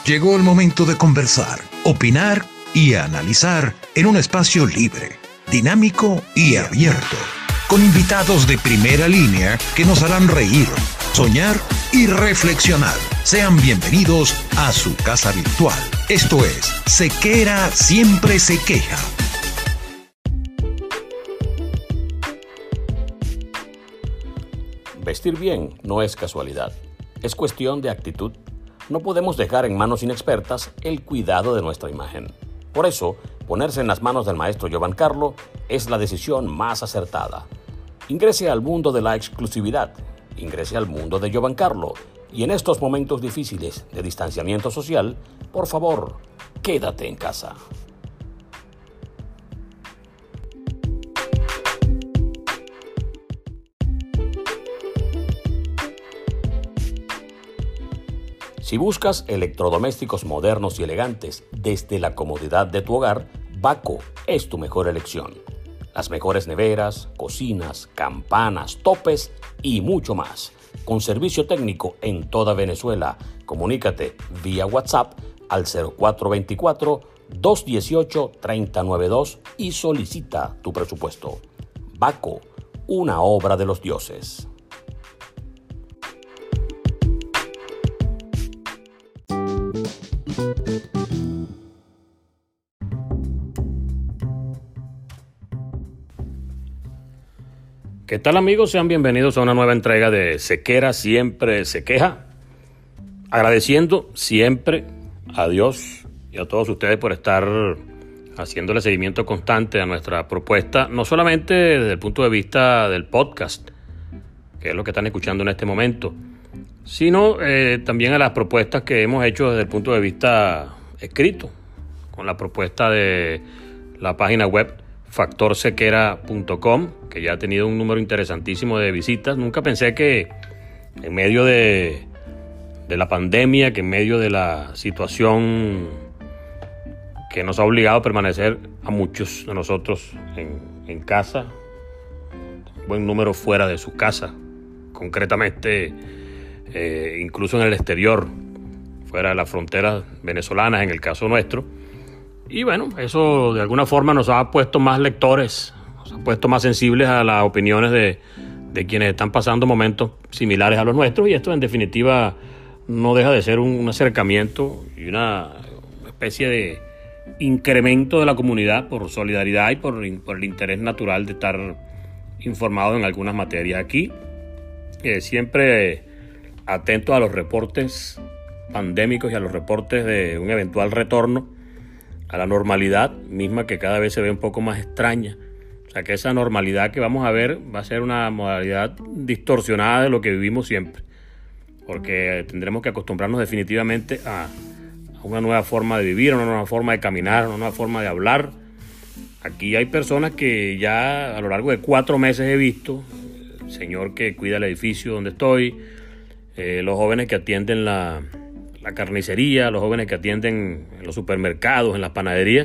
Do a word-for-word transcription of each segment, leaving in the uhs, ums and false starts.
Llegó el momento de conversar, opinar y analizar en un espacio libre, dinámico y abierto, con invitados de primera línea que nos harán reír, soñar y reflexionar. Sean bienvenidos a su casa virtual. Esto es Sequera Siempre Se Queja. Vestir bien no es casualidad, es cuestión de actitud. No podemos dejar en manos inexpertas el cuidado de nuestra imagen. Por eso, ponerse en las manos del maestro Giovancarlo es la decisión más acertada. Ingrese al mundo de la exclusividad, ingrese al mundo de Giovancarlo y en estos momentos difíciles de distanciamiento social, por favor, quédate en casa. Si buscas electrodomésticos modernos y elegantes desde la comodidad de tu hogar, Baco es tu mejor elección. Las mejores neveras, cocinas, campanas, topes y mucho más. Con servicio técnico en toda Venezuela. Comunícate vía WhatsApp al cero cuatro dos cuatro, dos uno ocho, tres cero nueve dos y solicita tu presupuesto. Baco, una obra de los dioses. ¿Qué tal, amigos? Sean bienvenidos a una nueva entrega de Sequera Siempre Se Queja. Agradeciendo siempre a Dios y a todos ustedes por estar haciéndole seguimiento constante a nuestra propuesta, no solamente desde el punto de vista del podcast, que es lo que están escuchando en este momento, sino eh, también a las propuestas que hemos hecho desde el punto de vista escrito, con la propuesta de la página web factor sequera punto com, que ya ha tenido un número interesantísimo de visitas. Nunca pensé que en medio de, de la pandemia, que en medio de la situación que nos ha obligado a permanecer a muchos de nosotros en, en casa, un buen número fuera de su casa, concretamente eh, incluso en el exterior, fuera de las fronteras venezolanas en el caso nuestro. Y bueno, eso de alguna forma nos ha puesto más lectores, nos ha puesto más sensibles a las opiniones de, de quienes están pasando momentos similares a los nuestros, y esto en definitiva no deja de ser un, un acercamiento y una especie de incremento de la comunidad por solidaridad y por, por el interés natural de estar informado en algunas materias. Aquí eh, siempre atento a los reportes pandémicos y a los reportes de un eventual retorno a la normalidad misma, que cada vez se ve un poco más extraña. O sea, que esa normalidad que vamos a ver va a ser una modalidad distorsionada de lo que vivimos siempre, porque tendremos que acostumbrarnos definitivamente a, a una nueva forma de vivir, a una nueva forma de caminar, a una nueva forma de hablar. Aquí hay personas que ya a lo largo de cuatro meses he visto, el señor que cuida el edificio donde estoy, eh, los jóvenes que atienden la la carnicería, los jóvenes que atienden en los supermercados, en las panaderías,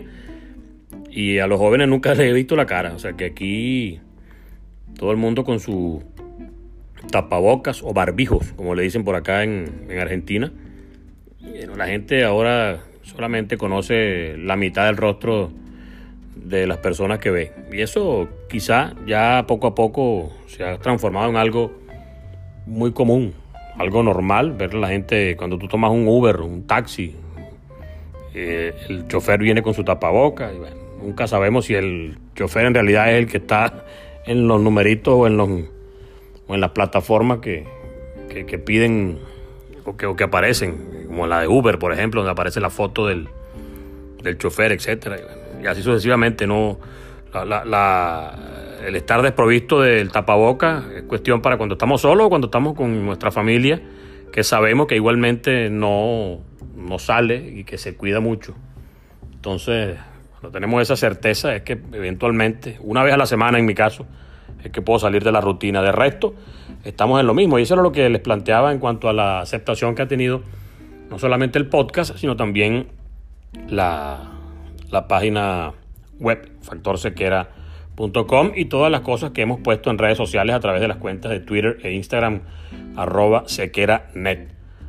y a los jóvenes nunca les he visto la cara. O sea que aquí todo el mundo con su tapabocas o barbijos, como le dicen por acá en, en Argentina. Y bueno, la gente ahora solamente conoce la mitad del rostro de las personas que ve, y eso quizá ya poco a poco se ha transformado en algo muy común, algo normal, ver a la gente cuando tú tomas un Uber, un taxi, eh, el chofer viene con su tapabocas y bueno, nunca sabemos si el chofer en realidad es el que está en los numeritos o en los o en las plataformas que, que, que piden o que, o que aparecen, como la de Uber, por ejemplo, donde aparece la foto del, del chofer, etcétera, y, bueno, y así sucesivamente. No, la, la, la El estar desprovisto del tapaboca es cuestión para cuando estamos solos o cuando estamos con nuestra familia, que sabemos que igualmente no, no sale y que se cuida mucho. Entonces, cuando tenemos esa certeza es que eventualmente, una vez a la semana en mi caso, es que puedo salir de la rutina. De resto, estamos en lo mismo. Y eso era lo que les planteaba en cuanto a la aceptación que ha tenido no solamente el podcast, sino también la, la página web factor sequera punto com y todas las cosas que hemos puesto en redes sociales a través de las cuentas de Twitter e Instagram arroba sequeranet.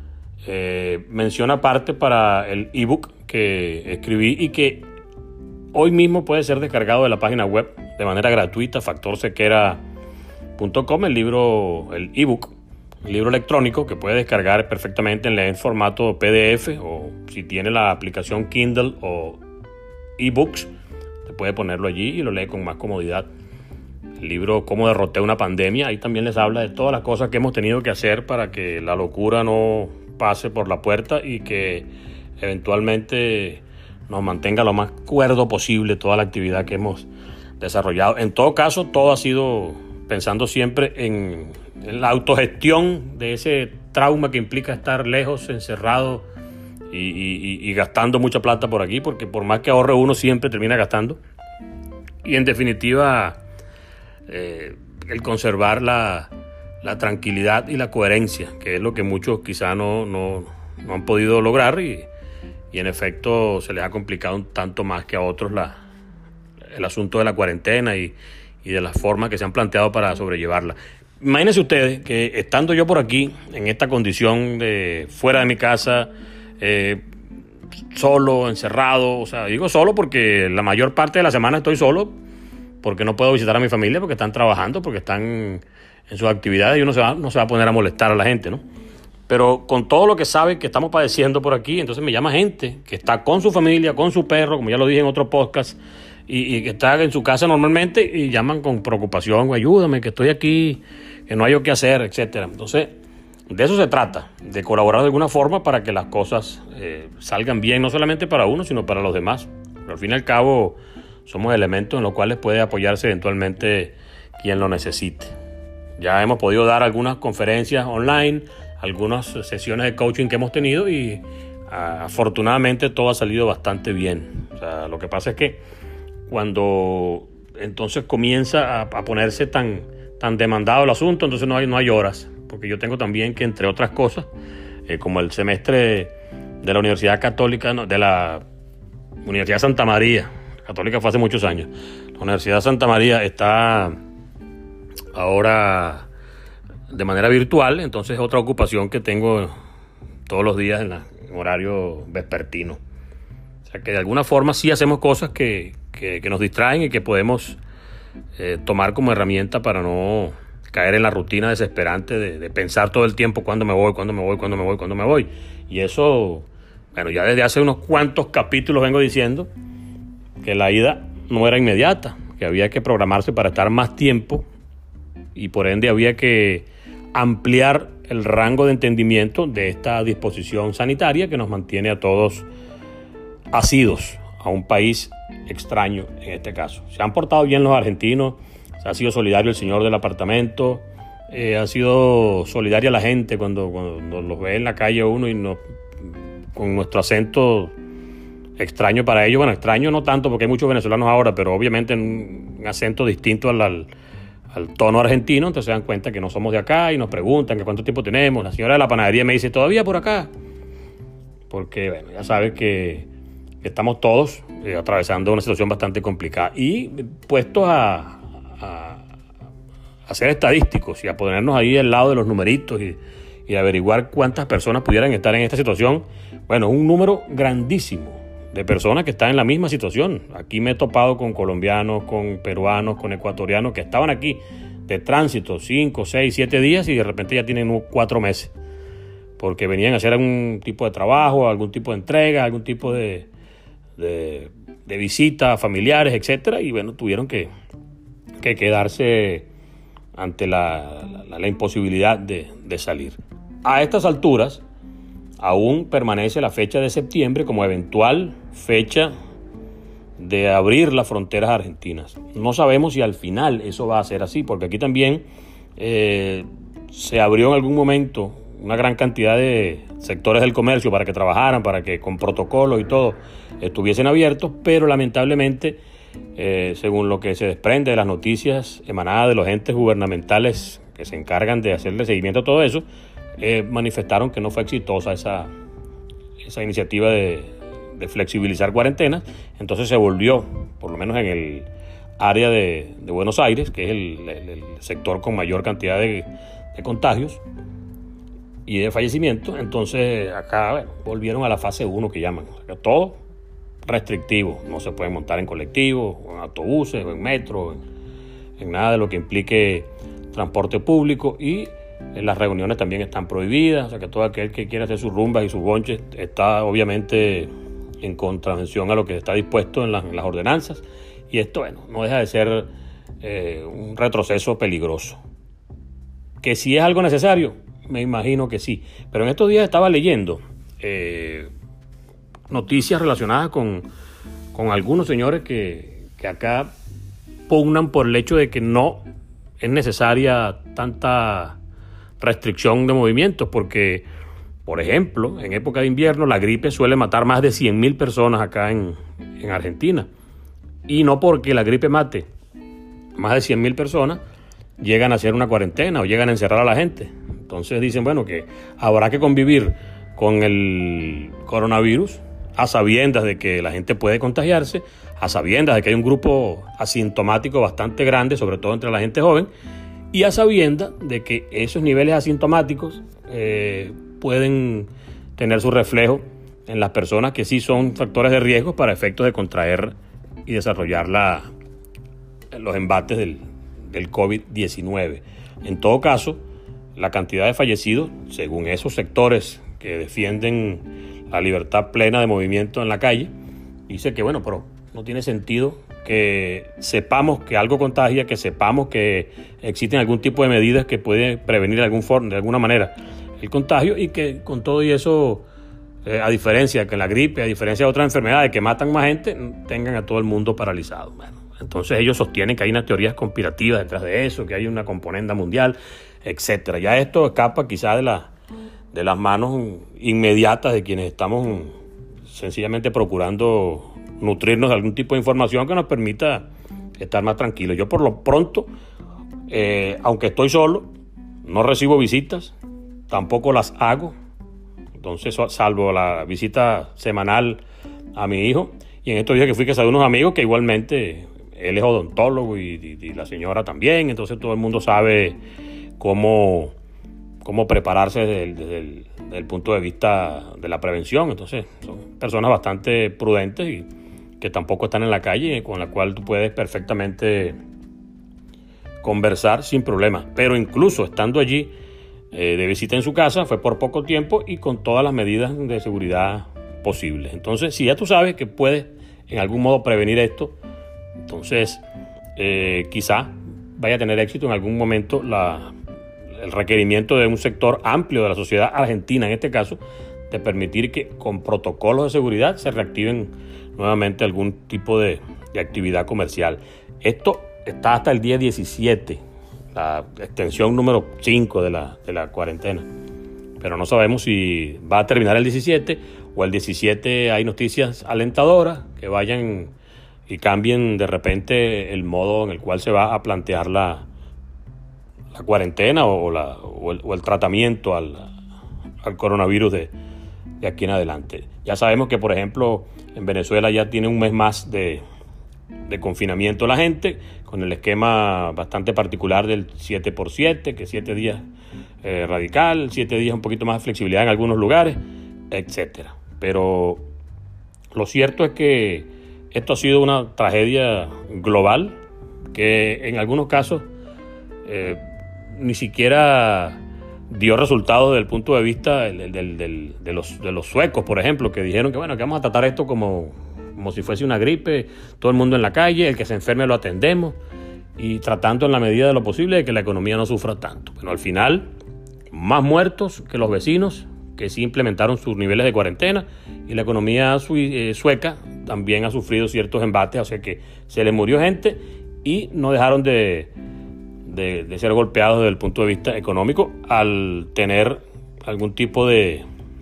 eh, mención aparte para el ebook que escribí y que hoy mismo puede ser descargado de la página web de manera gratuita, factor sequera punto com, el libro, el ebook, el libro electrónico que puede descargar perfectamente en el formato P D F, o si tiene la aplicación Kindle o eBooks, te puede ponerlo allí y lo lee con más comodidad. El libro Cómo derroté una pandemia, ahí también les habla de todas las cosas que hemos tenido que hacer para que la locura no pase por la puerta y que eventualmente nos mantenga lo más cuerdo posible toda la actividad que hemos desarrollado. En todo caso, todo ha sido pensando siempre en, en la autogestión de ese trauma que implica estar lejos, encerrado y, y, y gastando mucha plata por aquí, porque por más que ahorre uno siempre termina gastando. Y en definitiva, eh, el conservar la, la tranquilidad y la coherencia, que es lo que muchos quizá no, no, no han podido lograr, y, y en efecto se les ha complicado un tanto más que a otros la, el asunto de la cuarentena y, y de las formas que se han planteado para sobrellevarla. Imagínense ustedes que estando yo por aquí, en esta condición de fuera de mi casa, eh, solo, encerrado, o sea, digo solo porque la mayor parte de la semana estoy solo, porque no puedo visitar a mi familia, porque están trabajando, porque están en sus actividades y uno se va, no se va a poner a molestar a la gente, ¿no? Pero con todo lo que sabe que estamos padeciendo por aquí, entonces me llama gente que está con su familia, con su perro, como ya lo dije en otro podcast, y, y que está en su casa normalmente y llaman con preocupación: ayúdame, que estoy aquí, que no hay yo qué hacer, etcétera. Entonces, de eso se trata, de colaborar de alguna forma para que las cosas eh, salgan bien, no solamente para uno, sino para los demás. Pero al fin y al cabo, somos elementos en los cuales puede apoyarse eventualmente quien lo necesite. Ya hemos podido dar algunas conferencias online, algunas sesiones de coaching que hemos tenido y a, afortunadamente todo ha salido bastante bien. O sea, lo que pasa es que cuando entonces comienza a, a ponerse tan, tan demandado el asunto, entonces no hay, no hay horas, porque yo tengo también que, entre otras cosas, eh, como el semestre de la Universidad Católica, no, de la Universidad Santa María, Católica fue hace muchos años, la Universidad Santa María está ahora de manera virtual, entonces es otra ocupación que tengo todos los días en, la, en horario vespertino. O sea que de alguna forma sí hacemos cosas que, que, que nos distraen y que podemos eh, tomar como herramienta para no caer en la rutina desesperante de, de pensar todo el tiempo cuándo me voy, cuándo me voy, cuándo me voy, cuándo me voy. Y eso, bueno, ya desde hace unos cuantos capítulos vengo diciendo que la ida no era inmediata, que había que programarse para estar más tiempo y por ende había que ampliar el rango de entendimiento de esta disposición sanitaria que nos mantiene a todos asidos a un país extraño en este caso. Se han portado bien los argentinos, se ha sido solidario el señor del apartamento, eh, ha sido solidaria la gente cuando, cuando los ve en la calle uno y no, con nuestro acento extraño para ellos. Bueno, extraño no tanto porque hay muchos venezolanos ahora, pero obviamente en un acento distinto al, al, al tono argentino, entonces se dan cuenta que no somos de acá y nos preguntan que cuánto tiempo tenemos. La señora de la panadería me dice: ¿todavía por acá? Porque, bueno, ya sabes que, que estamos todos eh, atravesando una situación bastante complicada y puestos a, a, a ser estadísticos y a ponernos ahí al lado de los numeritos y, y averiguar cuántas personas pudieran estar en esta situación. Bueno, un número grandísimo de personas que están en la misma situación. Aquí me he topado con colombianos, con peruanos, con ecuatorianos que estaban aquí de tránsito cinco, seis, siete días y de repente ya tienen cuatro meses porque venían a hacer algún tipo de trabajo, algún tipo de entrega, algún tipo de, de, de visita a familiares, etcétera, y bueno, tuvieron que, que quedarse ante la, la, la imposibilidad de, de salir. A estas alturas aún permanece la fecha de septiembre como eventual fecha de abrir las fronteras argentinas. No sabemos si al final eso va a ser así, porque aquí también eh, se abrió en algún momento una gran cantidad de sectores del comercio para que trabajaran, para que con protocolos y todo estuviesen abiertos, pero lamentablemente, eh, según lo que se desprende de las noticias emanadas de los entes gubernamentales que se encargan de hacerle seguimiento a todo eso, eh, manifestaron que no fue exitosa esa, esa iniciativa de, de flexibilizar cuarentenas. Entonces se volvió, por lo menos en el área de, de Buenos Aires, que es el, el, el sector con mayor cantidad de, de contagios, y de fallecimientos. Entonces acá bueno, volvieron a la fase uno que llaman. Acá todo restrictivo. No se puede montar en colectivos, o en autobuses, o en metro, en, en nada de lo que implique transporte público. Y las reuniones también están prohibidas. O sea que todo aquel que quiera hacer sus rumbas y sus bonches está obviamente en contravención a lo que está dispuesto en, la, en las ordenanzas. Y esto, bueno, no deja de ser eh, un retroceso peligroso. Que si es algo necesario, me imagino que sí. Pero en estos días estaba leyendo eh, noticias relacionadas con, con algunos señores que, que acá pugnan por el hecho de que no es necesaria tanta restricción de movimientos, porque, por ejemplo, en época de invierno la gripe suele matar más de cien mil personas acá en, en Argentina. Y no porque la gripe mate más de cien mil personas, llegan a hacer una cuarentena o llegan a encerrar a la gente. Entonces dicen, bueno, que habrá que convivir con el coronavirus a sabiendas de que la gente puede contagiarse, a sabiendas de que hay un grupo asintomático bastante grande, sobre todo entre la gente joven, y a sabiendas de que esos niveles asintomáticos eh, pueden tener su reflejo en las personas que sí son factores de riesgo para efectos de contraer y desarrollar la, los embates del, del COVID diecinueve. En todo caso, la cantidad de fallecidos, según esos sectores que defienden la libertad plena de movimiento en la calle, dice que bueno, pero no tiene sentido que sepamos que algo contagia, que sepamos que existen algún tipo de medidas que pueden prevenir de, algún forma, de alguna manera el contagio, y que con todo y eso, eh, a diferencia que la gripe, a diferencia de otras enfermedades que matan más gente, tengan a todo el mundo paralizado. Bueno, entonces ellos sostienen que hay unas teorías conspirativas detrás de eso, que hay una componenda mundial, etcétera. Ya esto escapa quizás de, la, de las manos inmediatas de quienes estamos sencillamente procurando nutrirnos de algún tipo de información que nos permita estar más tranquilos. Yo por lo pronto, eh, aunque estoy solo, no recibo visitas, tampoco las hago. Entonces, salvo la visita semanal a mi hijo, y en estos días que fui a casa de unos amigos que igualmente él es odontólogo y, y, y la señora también, entonces todo el mundo sabe cómo, cómo prepararse desde el, desde, el, desde el punto de vista de la prevención. Entonces son personas bastante prudentes y que tampoco están en la calle, con la cual tú puedes perfectamente conversar sin problema. Pero incluso estando allí eh, de visita en su casa, fue por poco tiempo y con todas las medidas de seguridad posibles. Entonces, si ya tú sabes que puedes en algún modo prevenir esto, entonces eh, quizá vaya a tener éxito en algún momento la, el requerimiento de un sector amplio de la sociedad argentina, en este caso, de permitir que con protocolos de seguridad se reactiven nuevamente algún tipo de, de actividad comercial. Esto está hasta el día diecisiete, la extensión número cinco de la, de la cuarentena. Pero no sabemos si va a terminar el diecisiete o el diecisiete hay noticias alentadoras que vayan y cambien de repente el modo en el cual se va a plantear la, la cuarentena o, la, o, el, o el tratamiento al, al coronavirus de, de aquí en adelante. Ya sabemos que, por ejemplo, en Venezuela ya tiene un mes más de, de confinamiento la gente, con el esquema bastante particular del siete por siete, que siete días eh, radical, siete días un poquito más de flexibilidad en algunos lugares, etcétera. Pero lo cierto es que esto ha sido una tragedia global que en algunos casos eh, ni siquiera dio resultados desde el punto de vista del, del, del, de, los, de los suecos, por ejemplo, que dijeron que bueno, que vamos a tratar esto como, como si fuese una gripe, todo el mundo en la calle, el que se enferme lo atendemos, y tratando en la medida de lo posible de que la economía no sufra tanto. Bueno, al final, más muertos que los vecinos, que sí implementaron sus niveles de cuarentena, y la economía sueca también ha sufrido ciertos embates, o sea que se le murió gente y no dejaron de, de, de ser golpeados desde el punto de vista económico al tener algún tipo de,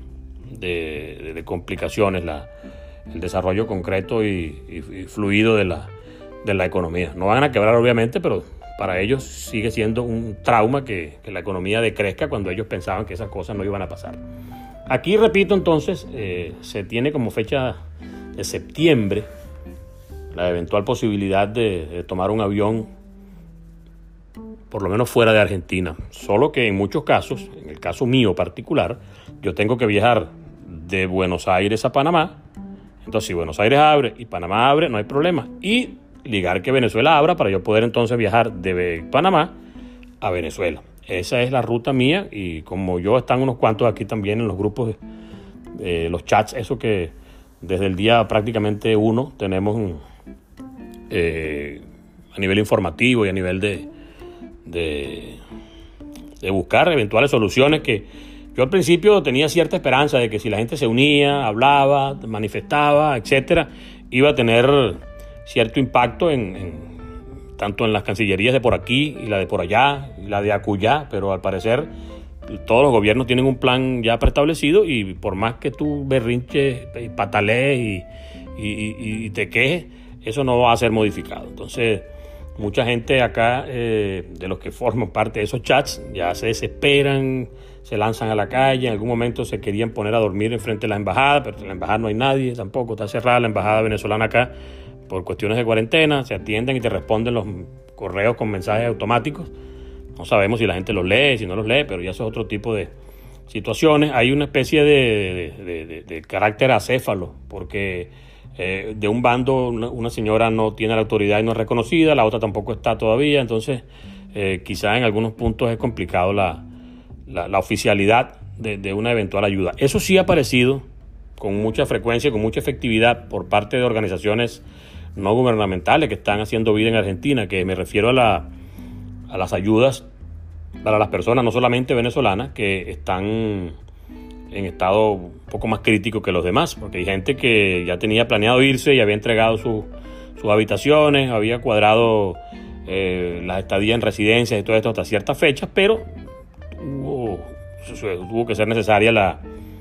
de, de, de complicaciones, la, el desarrollo concreto y, y, y fluido de la, de la economía. No van a quebrar obviamente, pero para ellos sigue siendo un trauma que, que la economía decrezca cuando ellos pensaban que esas cosas no iban a pasar. Aquí, repito, entonces, eh, se tiene como fecha de septiembre la eventual posibilidad de, de tomar un avión por lo menos fuera de Argentina. Solo que en muchos casos, en el caso mío particular, yo tengo que viajar de Buenos Aires a Panamá. Entonces, si Buenos Aires abre y Panamá abre, no hay problema. Y ligar que Venezuela abra para yo poder entonces viajar de Panamá a Venezuela. Esa es la ruta mía, y como yo están unos cuantos aquí también en los grupos, eh, los chats, eso que desde el día prácticamente uno tenemos eh, a nivel informativo y a nivel de, de, de buscar eventuales soluciones, que yo al principio tenía cierta esperanza de que si la gente se unía, hablaba, manifestaba, etcétera, iba a tener cierto impacto en, en tanto en las cancillerías de por aquí y la de por allá y la de acullá, pero al parecer todos los gobiernos tienen un plan ya preestablecido, y por más que tú berrinches y patalees y, y, y, y te quejes, eso no va a ser modificado. Entonces, mucha gente acá, eh, de los que forman parte de esos chats, ya se desesperan, se lanzan a la calle. En algún momento se querían poner a dormir enfrente de la embajada, pero en la embajada no hay nadie tampoco, está cerrada la embajada venezolana acá por cuestiones de cuarentena. Se atienden y te responden los correos con mensajes automáticos. No sabemos si la gente los lee, si no los lee, pero ya eso es otro tipo de situaciones. Hay una especie de, de, de, de carácter acéfalo, porque eh, de un bando una, una señora no tiene la autoridad y no es reconocida, la otra tampoco está todavía. Entonces, eh, quizá en algunos puntos es complicado la, la, la oficialidad de, de una eventual ayuda. Eso sí ha aparecido con mucha frecuencia y con mucha efectividad por parte de organizaciones no gubernamentales que están haciendo vida en Argentina, que me refiero a, la, a las ayudas para las personas no solamente venezolanas que están en estado un poco más crítico que los demás, porque hay gente que ya tenía planeado irse y había entregado su, sus habitaciones, había cuadrado eh, las estadías en residencias y todo esto hasta ciertas fechas, pero hubo, tuvo que ser necesaria la,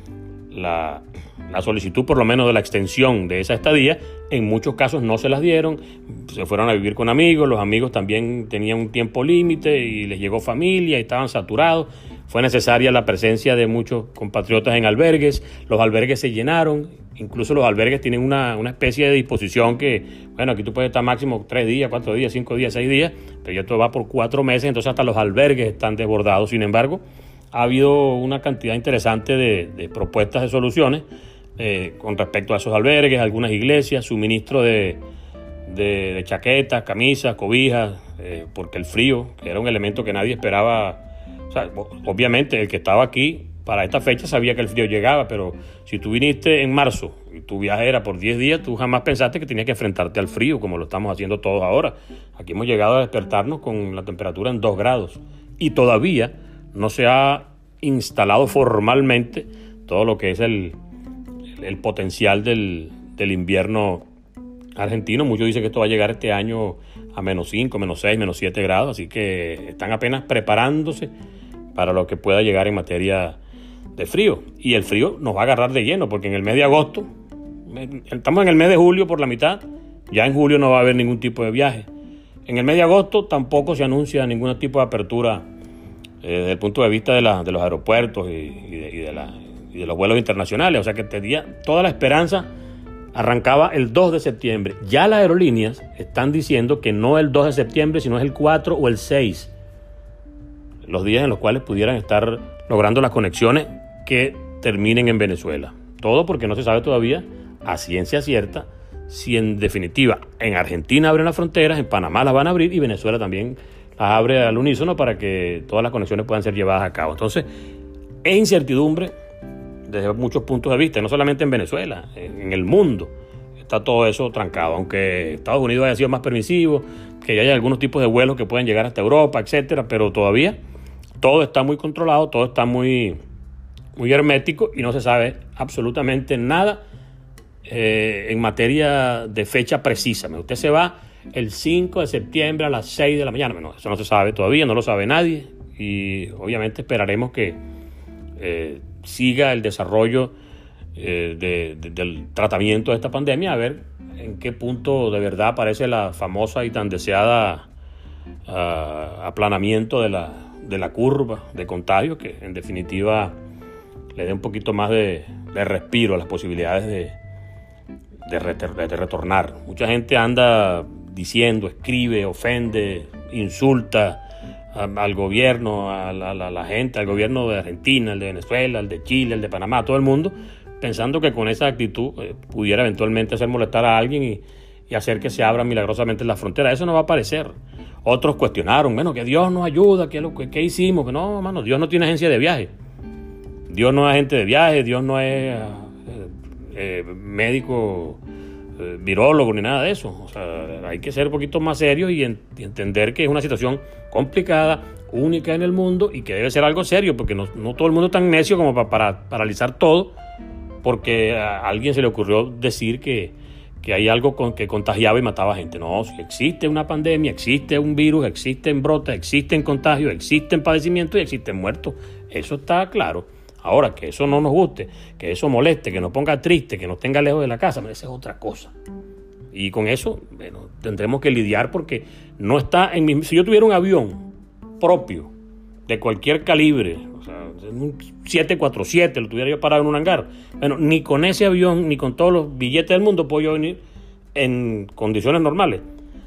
la la solicitud por lo menos de la extensión de esa estadía. En muchos casos no se las dieron, se fueron a vivir con amigos, los amigos también tenían un tiempo límite y les llegó familia y estaban saturados. Fue necesaria la presencia de muchos compatriotas en albergues, los albergues se llenaron, incluso los albergues tienen una, una especie de disposición que, bueno, aquí tú puedes estar máximo tres días, cuatro días, cinco días, seis días, pero ya esto va por cuatro meses, entonces hasta los albergues están desbordados. Sin embargo, ha habido una cantidad interesante de, de propuestas de soluciones Eh, con respecto a esos albergues, algunas iglesias, suministro de, de, de chaquetas, camisas, cobijas, eh, porque el frío, que era un elemento que nadie esperaba. O sea, obviamente el que estaba aquí para esta fecha sabía que el frío llegaba, pero si tú viniste en marzo y tu viaje era por diez días, tú jamás pensaste que tenías que enfrentarte al frío como lo estamos haciendo todos ahora. Aquí hemos llegado a despertarnos con la temperatura en dos grados y todavía no se ha instalado formalmente todo lo que es el el potencial del, del invierno argentino. Muchos dicen que esto va a llegar este año a menos cinco, menos seis, menos siete grados, así que están apenas preparándose para lo que pueda llegar en materia de frío. Y el frío nos va a agarrar de lleno, porque en el mes de agosto, estamos en el mes de julio por la mitad, ya en julio no va a haber ningún tipo de viaje. En el mes de agosto tampoco se anuncia ningún tipo de apertura eh, desde el punto de vista de, la, de los aeropuertos y, y, de, y de la y de los vuelos internacionales, o sea que tenía toda la esperanza. Arrancaba el dos de septiembre. Ya las aerolíneas están diciendo que no el dos de septiembre, sino es el cuatro o el seis, los días en los cuales pudieran estar logrando las conexiones que terminen en Venezuela. Todo porque no se sabe todavía a ciencia cierta si en definitiva en Argentina abren las fronteras, en Panamá las van a abrir y Venezuela también las abre al unísono para que todas las conexiones puedan ser llevadas a cabo. Entonces, es incertidumbre desde muchos puntos de vista, no solamente en Venezuela, en el mundo está todo eso trancado, aunque Estados Unidos haya sido más permisivo, que haya algunos tipos de vuelos que pueden llegar hasta Europa, etcétera, pero todavía todo está muy controlado, todo está muy, muy hermético y no se sabe absolutamente nada eh, en materia de fecha precisa. Usted se va el cinco de septiembre a las seis de la mañana, bueno, eso no se sabe todavía, no lo sabe nadie y obviamente esperaremos que eh, siga el desarrollo eh, de, de, del tratamiento de esta pandemia, a ver en qué punto de verdad aparece la famosa y tan deseada uh, aplanamiento de la, de la curva de contagio, que en definitiva le dé un poquito más de, de respiro a las posibilidades de, de, reter, de retornar. Mucha gente anda diciendo, escribe, ofende, insulta a, al gobierno, a la, a la, a la gente, al gobierno de Argentina, el de Venezuela, el de Chile, el de Panamá, a todo el mundo, pensando que con esa actitud eh, pudiera eventualmente hacer molestar a alguien y, y hacer que se abran milagrosamente las fronteras. Eso no va a aparecer. Otros cuestionaron, bueno, que Dios nos ayuda, ¿qué, que, qué hicimos? Que no, mano, Dios no tiene agencia de viaje. Dios no es agente de viaje, Dios no es eh, eh, médico, eh, virólogo, ni nada de eso. O sea, hay que ser un poquito más serios y, en, y entender que es una situación complicada, única en el mundo y que debe ser algo serio, porque no, no todo el mundo es tan necio como para, para paralizar todo, porque a alguien se le ocurrió decir que, que hay algo con, que contagiaba y mataba gente. No, si existe una pandemia, existe un virus, existen brotes, existen contagios, existen padecimientos y existen muertos. Eso está claro. Ahora, que eso no nos guste, que eso moleste, que nos ponga triste, que nos tenga lejos de la casa, esa es otra cosa. Y con eso, bueno, tendremos que lidiar porque no está en mi... Si yo tuviera un avión propio de cualquier calibre, o sea, un siete cuatro siete, lo tuviera yo parado en un hangar, bueno, ni con ese avión, ni con todos los billetes del mundo puedo yo venir en condiciones normales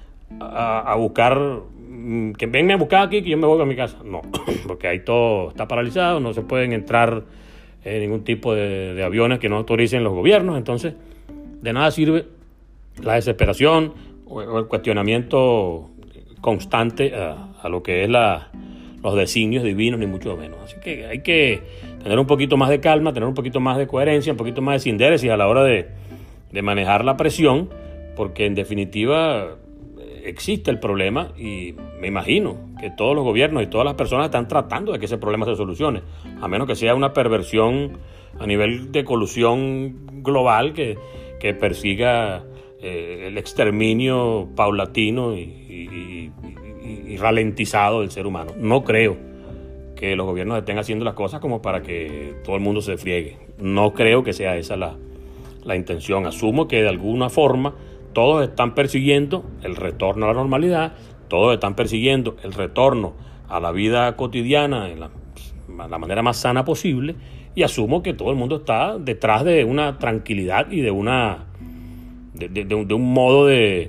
a, a buscar, que vengan a buscar aquí, que yo me voy a mi casa. No, porque ahí todo está paralizado, no se pueden entrar en ningún tipo de, de aviones que no autoricen los gobiernos. Entonces, de nada sirve la desesperación o, o el cuestionamiento constante a, a lo que es la, los designios divinos, ni mucho menos. Así que hay que tener un poquito más de calma, tener un poquito más de coherencia, un poquito más de sindéresis a la hora de, de manejar la presión, porque en definitiva existe el problema y me imagino que todos los gobiernos y todas las personas están tratando de que ese problema se solucione, a menos que sea una perversión a nivel de colusión global que, que persiga eh, el exterminio paulatino y, y, y, y ralentizado del ser humano. No creo que los gobiernos estén haciendo las cosas como para que todo el mundo se friegue. No creo que sea esa la, la intención. Asumo que de alguna forma todos están persiguiendo el retorno a la normalidad, todos están persiguiendo el retorno a la vida cotidiana de la, la manera más sana posible, y asumo que todo el mundo está detrás de una tranquilidad y de una de, de, de, un, de un modo de,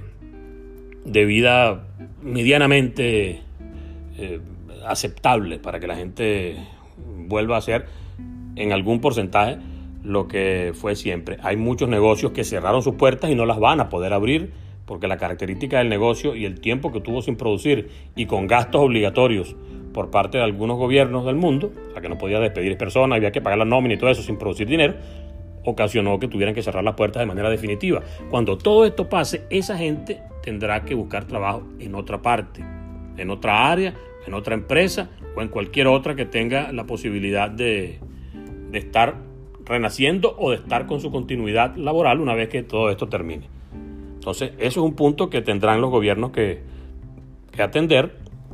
de vida medianamente eh, aceptable para que la gente vuelva a ser en algún porcentaje lo que fue siempre. Hay muchos negocios que cerraron sus puertas y no las van a poder abrir porque la característica del negocio y el tiempo que tuvo sin producir y con gastos obligatorios por parte de algunos gobiernos del mundo, o sea que no podía despedir personas, había que pagar la nómina y todo eso sin producir dinero, ocasionó que tuvieran que cerrar las puertas de manera definitiva. Cuando todo esto pase, esa gente tendrá que buscar trabajo en otra parte, en otra área, en otra empresa o en cualquier otra que tenga la posibilidad de, de estar renaciendo o de estar con su continuidad laboral una vez que todo esto termine. Entonces, eso es un punto que tendrán los gobiernos que, que atender.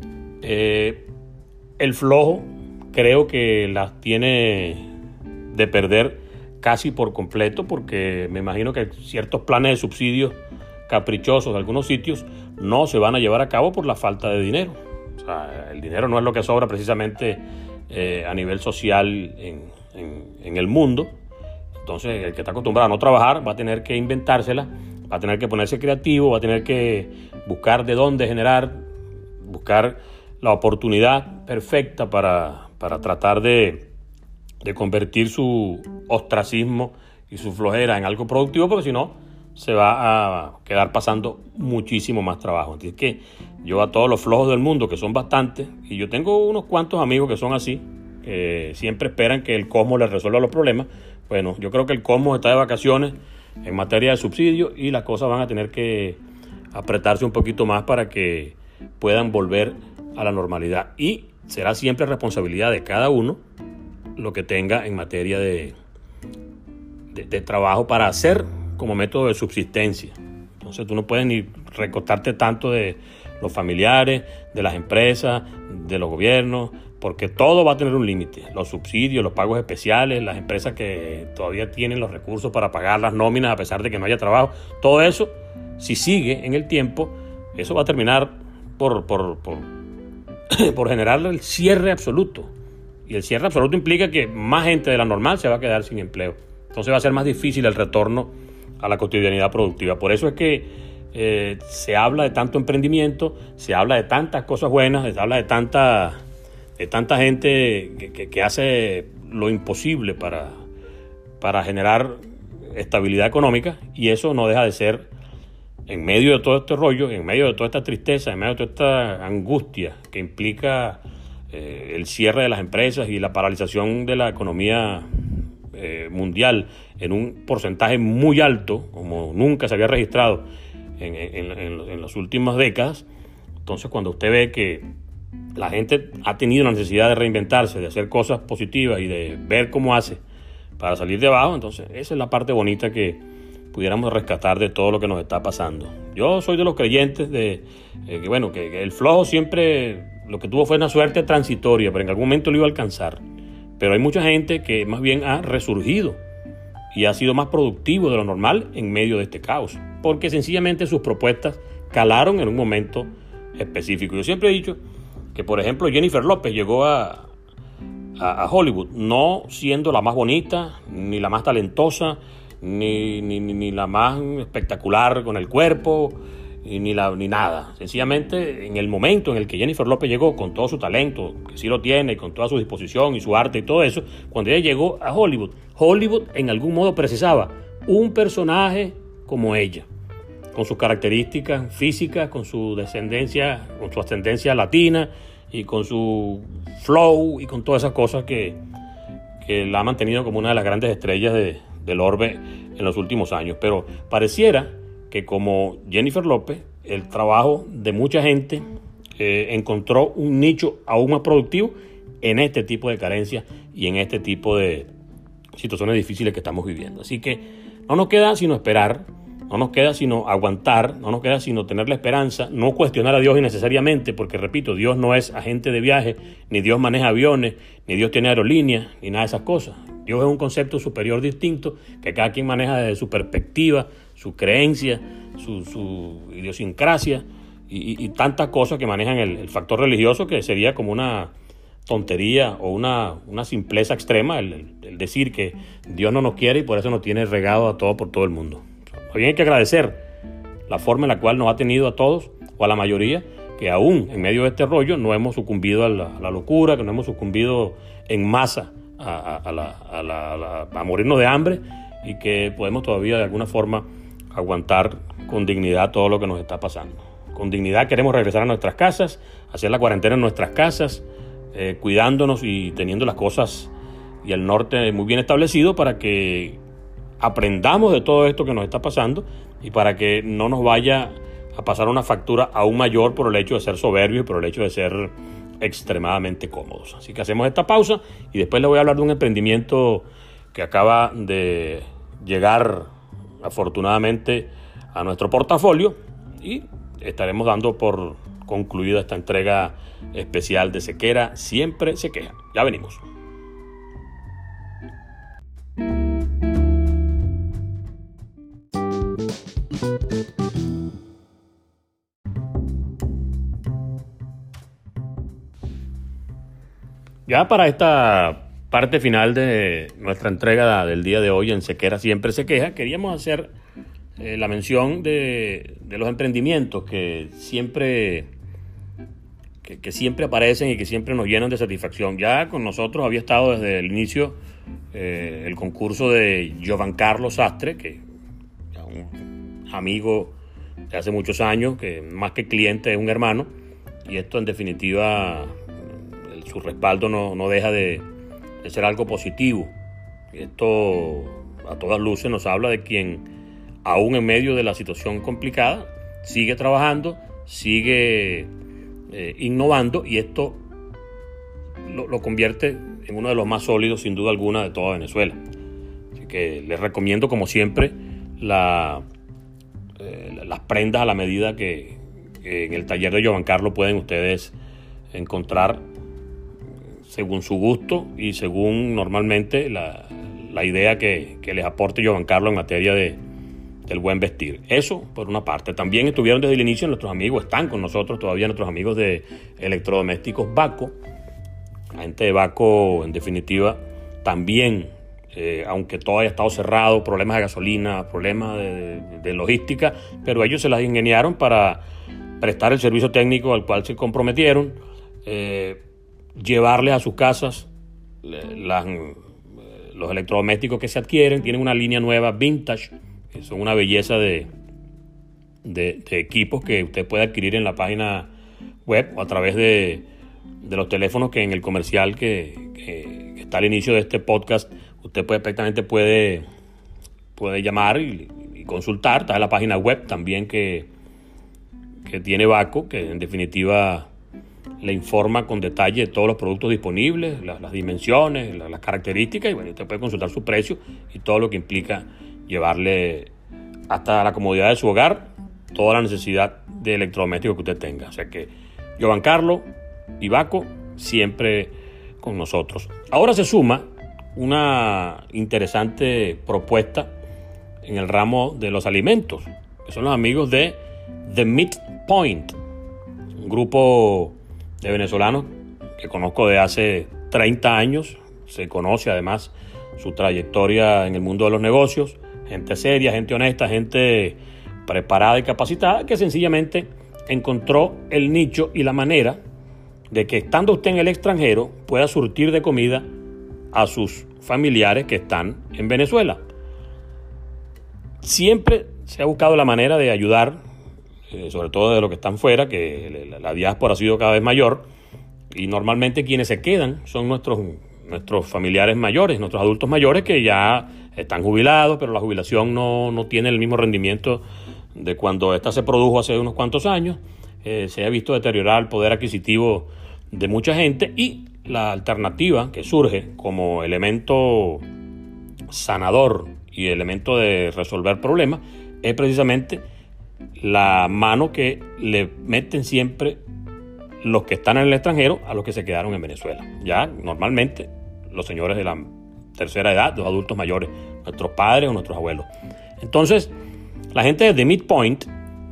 Eh, el flojo creo que las tiene de perder casi por completo, porque me imagino que ciertos planes de subsidios caprichosos de algunos sitios no se van a llevar a cabo por la falta de dinero. O sea, el dinero no es lo que sobra precisamente eh, a nivel social en, en, en el mundo. Entonces, el que está acostumbrado a no trabajar va a tener que inventársela, va a tener que ponerse creativo, va a tener que buscar de dónde generar, buscar la oportunidad perfecta para, para tratar de, de convertir su ostracismo y su flojera en algo productivo, porque si no, se va a quedar pasando muchísimo más trabajo. Así que yo a todos los flojos del mundo, que son bastantes, y yo tengo unos cuantos amigos que son así, que siempre esperan que el cosmos les resuelva los problemas. Bueno, yo creo que el cosmos está de vacaciones en materia de subsidios y las cosas van a tener que apretarse un poquito más para que puedan volver a la normalidad. Y será siempre responsabilidad de cada uno lo que tenga en materia de, de, de trabajo para hacer como método de subsistencia. Entonces tú no puedes ni recostarte tanto de los familiares, de las empresas, de los gobiernos, porque todo va a tener un límite. Los subsidios, los pagos especiales, las empresas que todavía tienen los recursos para pagar las nóminas a pesar de que no haya trabajo, todo eso, si sigue en el tiempo, eso va a terminar por, por, por, por generar el cierre absoluto. Y el cierre absoluto implica que más gente de la normal se va a quedar sin empleo. Entonces va a ser más difícil el retorno a la cotidianidad productiva. Por eso es que eh, se habla de tanto emprendimiento, se habla de tantas cosas buenas, se habla de tanta, de tanta gente que, que, que hace lo imposible para, para generar estabilidad económica, y eso no deja de ser, en medio de todo este rollo, en medio de toda esta tristeza, en medio de toda esta angustia que implica eh, el cierre de las empresas y la paralización de la economía eh, mundial en un porcentaje muy alto, como nunca se había registrado en, en, en, en las últimas décadas. Entonces, cuando usted ve que la gente ha tenido la necesidad de reinventarse, de hacer cosas positivas y de ver cómo hace para salir de abajo, entonces esa es la parte bonita que pudiéramos rescatar de todo lo que nos está pasando. Yo soy de los creyentes de eh, que, bueno, que, que el flojo siempre lo que tuvo fue una suerte transitoria, pero en algún momento lo iba a alcanzar. Pero hay mucha gente que más bien ha resurgido y ha sido más productivo de lo normal en medio de este caos, porque sencillamente sus propuestas calaron en un momento específico. Yo siempre he dicho que, por ejemplo, Jennifer López llegó a, a, a Hollywood no siendo la más bonita, ni la más talentosa, ni, ni, ni la más espectacular con el cuerpo, ni, la, ni nada. Sencillamente, en el momento en el que Jennifer López llegó con todo su talento, que sí lo tiene, con toda su disposición y su arte y todo eso, cuando ella llegó a Hollywood, Hollywood en algún modo precisaba un personaje como ella, con sus características físicas, con su descendencia, con su ascendencia latina y con su flow y con todas esas cosas que, que la ha mantenido como una de las grandes estrellas de, del orbe en los últimos años. Pero pareciera que, como Jennifer López, el trabajo de mucha gente eh, encontró un nicho aún más productivo en este tipo de carencias y en este tipo de situaciones difíciles que estamos viviendo. Así que no nos queda sino esperar, no nos queda sino aguantar, no nos queda sino tener la esperanza, no cuestionar a Dios innecesariamente, porque, repito, Dios no es agente de viaje, ni Dios maneja aviones, ni Dios tiene aerolíneas, ni nada de esas cosas. Dios es un concepto superior distinto que cada quien maneja desde su perspectiva, su creencia, su, su idiosincrasia y, y, y tantas cosas que manejan el, el factor religioso, que sería como una tontería o una, una simpleza extrema el, el, el decir que Dios no nos quiere y por eso nos tiene regado a todos por todo el mundo. También hay que agradecer la forma en la cual nos ha tenido a todos, o a la mayoría, que aún en medio de este rollo no hemos sucumbido a la, a la locura, que no hemos sucumbido en masa a, a, a, la, a, la, a, la, a morirnos de hambre, y que podemos todavía de alguna forma aguantar con dignidad todo lo que nos está pasando. Con dignidad queremos regresar a nuestras casas, hacer la cuarentena en nuestras casas, eh, cuidándonos y teniendo las cosas y el norte muy bien establecido para que aprendamos de todo esto que nos está pasando y para que no nos vaya a pasar una factura aún mayor por el hecho de ser soberbios y por el hecho de ser extremadamente cómodos. Así que hacemos esta pausa y después les voy a hablar de un emprendimiento que acaba de llegar afortunadamente a nuestro portafolio, y estaremos dando por concluida esta entrega especial de Sequera Siempre Se Queja. Ya venimos. Ya para esta parte final de nuestra entrega del día de hoy en Sequera Siempre Se Queja, queríamos hacer eh, la mención de, de los emprendimientos que siempre, que, que siempre aparecen y que siempre nos llenan de satisfacción. Ya con nosotros había estado desde el inicio eh, el concurso de Giovancarlo Sastre, que es un amigo de hace muchos años, que más que cliente es un hermano, y esto en definitiva, el, su respaldo no, no deja de, de ser algo positivo. Esto a todas luces nos habla de quien, aún en medio de la situación complicada, sigue trabajando, sigue eh, innovando, y esto lo, lo convierte en uno de los más sólidos, sin duda alguna, de toda Venezuela. Así que les recomiendo, como siempre, la, eh, las prendas a la medida que, que en el taller de Giovancarlo pueden ustedes encontrar según su gusto y según normalmente la, la idea que, que les aporte Giovancarlo en materia de del buen vestir. Eso por una parte. También estuvieron desde el inicio nuestros amigos, están con nosotros todavía nuestros amigos de Electrodomésticos Baco. La gente de Baco, en definitiva, también eh, aunque todo haya estado cerrado, problemas de gasolina, problemas de, de, de logística, pero ellos se las ingeniaron para prestar el servicio técnico al cual se comprometieron, eh, llevarles a sus casas las, los electrodomésticos que se adquieren. Tienen una línea nueva vintage, que son una belleza de, de, de equipos que usted puede adquirir en la página web o a través de, de los teléfonos que en el comercial que, que, que está al inicio de este podcast usted puede, perfectamente puede, puede llamar y, y consultar. Está en la página web también que, que tiene Vaco, que en definitiva le informa con detalle de todos los productos disponibles, las, las dimensiones, las, las características, y bueno, usted puede consultar su precio y todo lo que implica llevarle hasta la comodidad de su hogar toda la necesidad de electrodomésticos que usted tenga. O sea que Giovancarlo y Vaco siempre con nosotros. Ahora se suma una interesante propuesta en el ramo de los alimentos, que son los amigos de The Meat Point, un grupo de venezolanos que conozco de hace treinta años. Se conoce además su trayectoria en el mundo de los negocios, gente seria, gente honesta, gente preparada y capacitada, que sencillamente encontró el nicho y la manera de que, estando usted en el extranjero, pueda surtir de comida a sus familiares que están en Venezuela. Siempre se ha buscado la manera de ayudar, eh, sobre todo de los que están fuera, que la, la diáspora ha sido cada vez mayor, y normalmente quienes se quedan son nuestros, nuestros familiares mayores, nuestros adultos mayores que ya están jubilados, pero la jubilación no, no tiene el mismo rendimiento de cuando esta se produjo hace unos cuantos años. Eh, se ha visto deteriorar el poder adquisitivo de mucha gente, y la alternativa que surge como elemento sanador y elemento de resolver problemas es precisamente la mano que le meten siempre los que están en el extranjero a los que se quedaron en Venezuela. Ya normalmente los señores de la tercera edad, los adultos mayores, nuestros padres o nuestros abuelos. Entonces, la gente de The Meat Point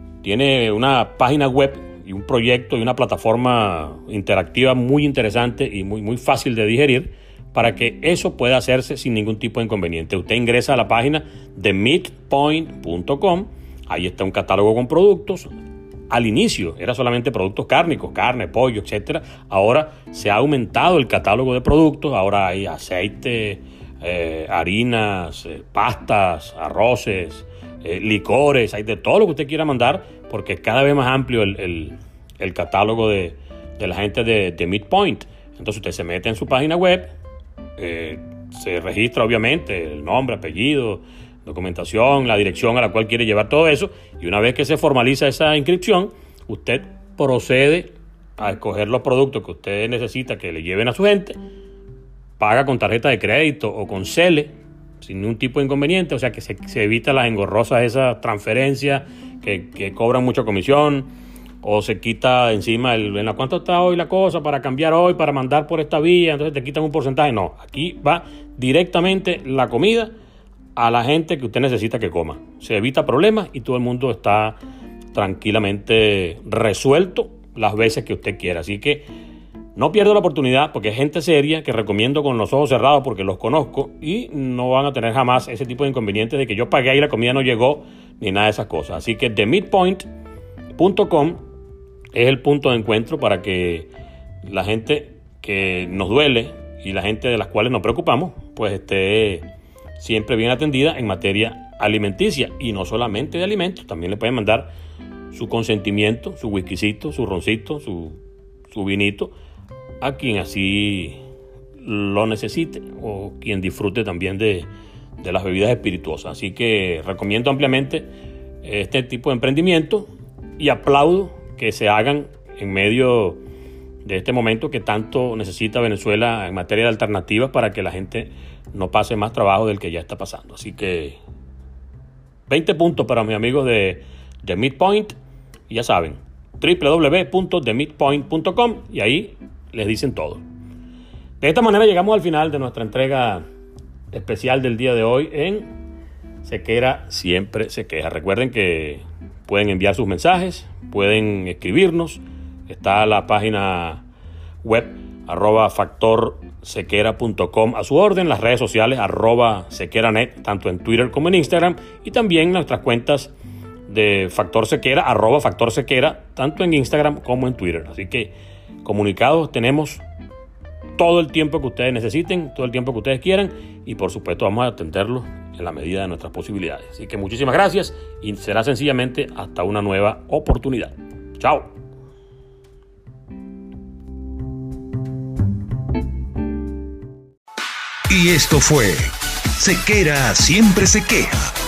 tiene una página web y un proyecto y una plataforma interactiva muy interesante y muy, muy fácil de digerir para que eso pueda hacerse sin ningún tipo de inconveniente. Usted ingresa a la página de meat point punto com, ahí está un catálogo con productos. Al inicio era solamente productos cárnicos, carne, pollo, etcétera. Ahora se ha aumentado el catálogo de productos, ahora hay aceite, eh, harinas, eh, pastas, arroces, eh, licores, hay de todo lo que usted quiera mandar, porque es cada vez más amplio el, el, el catálogo de, de la gente de, de Meat Point. Entonces usted se mete en su página web, eh, se registra obviamente el nombre, apellido, documentación, la dirección a la cual quiere llevar todo eso, y una vez que se formaliza esa inscripción, usted procede a escoger los productos que usted necesita que le lleven a su gente, paga con tarjeta de crédito o con Cele sin ningún tipo de inconveniente, o sea que se, se evita las engorrosas esas transferencias que, que cobran mucha comisión, o se quita encima el, en la cuánto está hoy la cosa para cambiar hoy, para mandar por esta vía, entonces te quitan un porcentaje. No, aquí va directamente la comida a la gente que usted necesita que coma. Se evita problemas y todo el mundo está tranquilamente resuelto las veces que usted quiera. Así que no pierda la oportunidad, porque es gente seria que recomiendo con los ojos cerrados porque los conozco y no van a tener jamás ese tipo de inconvenientes de que yo pagué y la comida no llegó ni nada de esas cosas. Así que the meat point punto com es el punto de encuentro para que la gente que nos duele y la gente de las cuales nos preocupamos pues esté siempre bien atendida en materia alimenticia, y no solamente de alimentos, también le pueden mandar su consentimiento, su whiskycito, su roncito, su, su vinito a quien así lo necesite o quien disfrute también de, de las bebidas espirituosas. Así que recomiendo ampliamente este tipo de emprendimiento y aplaudo que se hagan en medio de este momento que tanto necesita Venezuela en materia de alternativas para que la gente no pase más trabajo del que ya está pasando. Así que veinte puntos para mis amigos de The Meat Point, y ya saben, doble u doble u doble u punto the meat point punto com, y ahí les dicen todo. De esta manera llegamos al final de nuestra entrega especial del día de hoy en Sequera Siempre Se Queja. Recuerden que pueden enviar sus mensajes, pueden escribirnos, está la página web arroba factorsequera punto com, a su orden, las redes sociales, arroba sequeranet, tanto en Twitter como en Instagram, y también nuestras cuentas de Factor Sequera, arroba Factor Sequera, tanto en Instagram como en Twitter. Así que comunicados tenemos todo el tiempo que ustedes necesiten, todo el tiempo que ustedes quieran, y por supuesto vamos a atenderlos en la medida de nuestras posibilidades. Así que muchísimas gracias y será sencillamente hasta una nueva oportunidad. Chao. Y esto fue Sequera Siempre Se Queja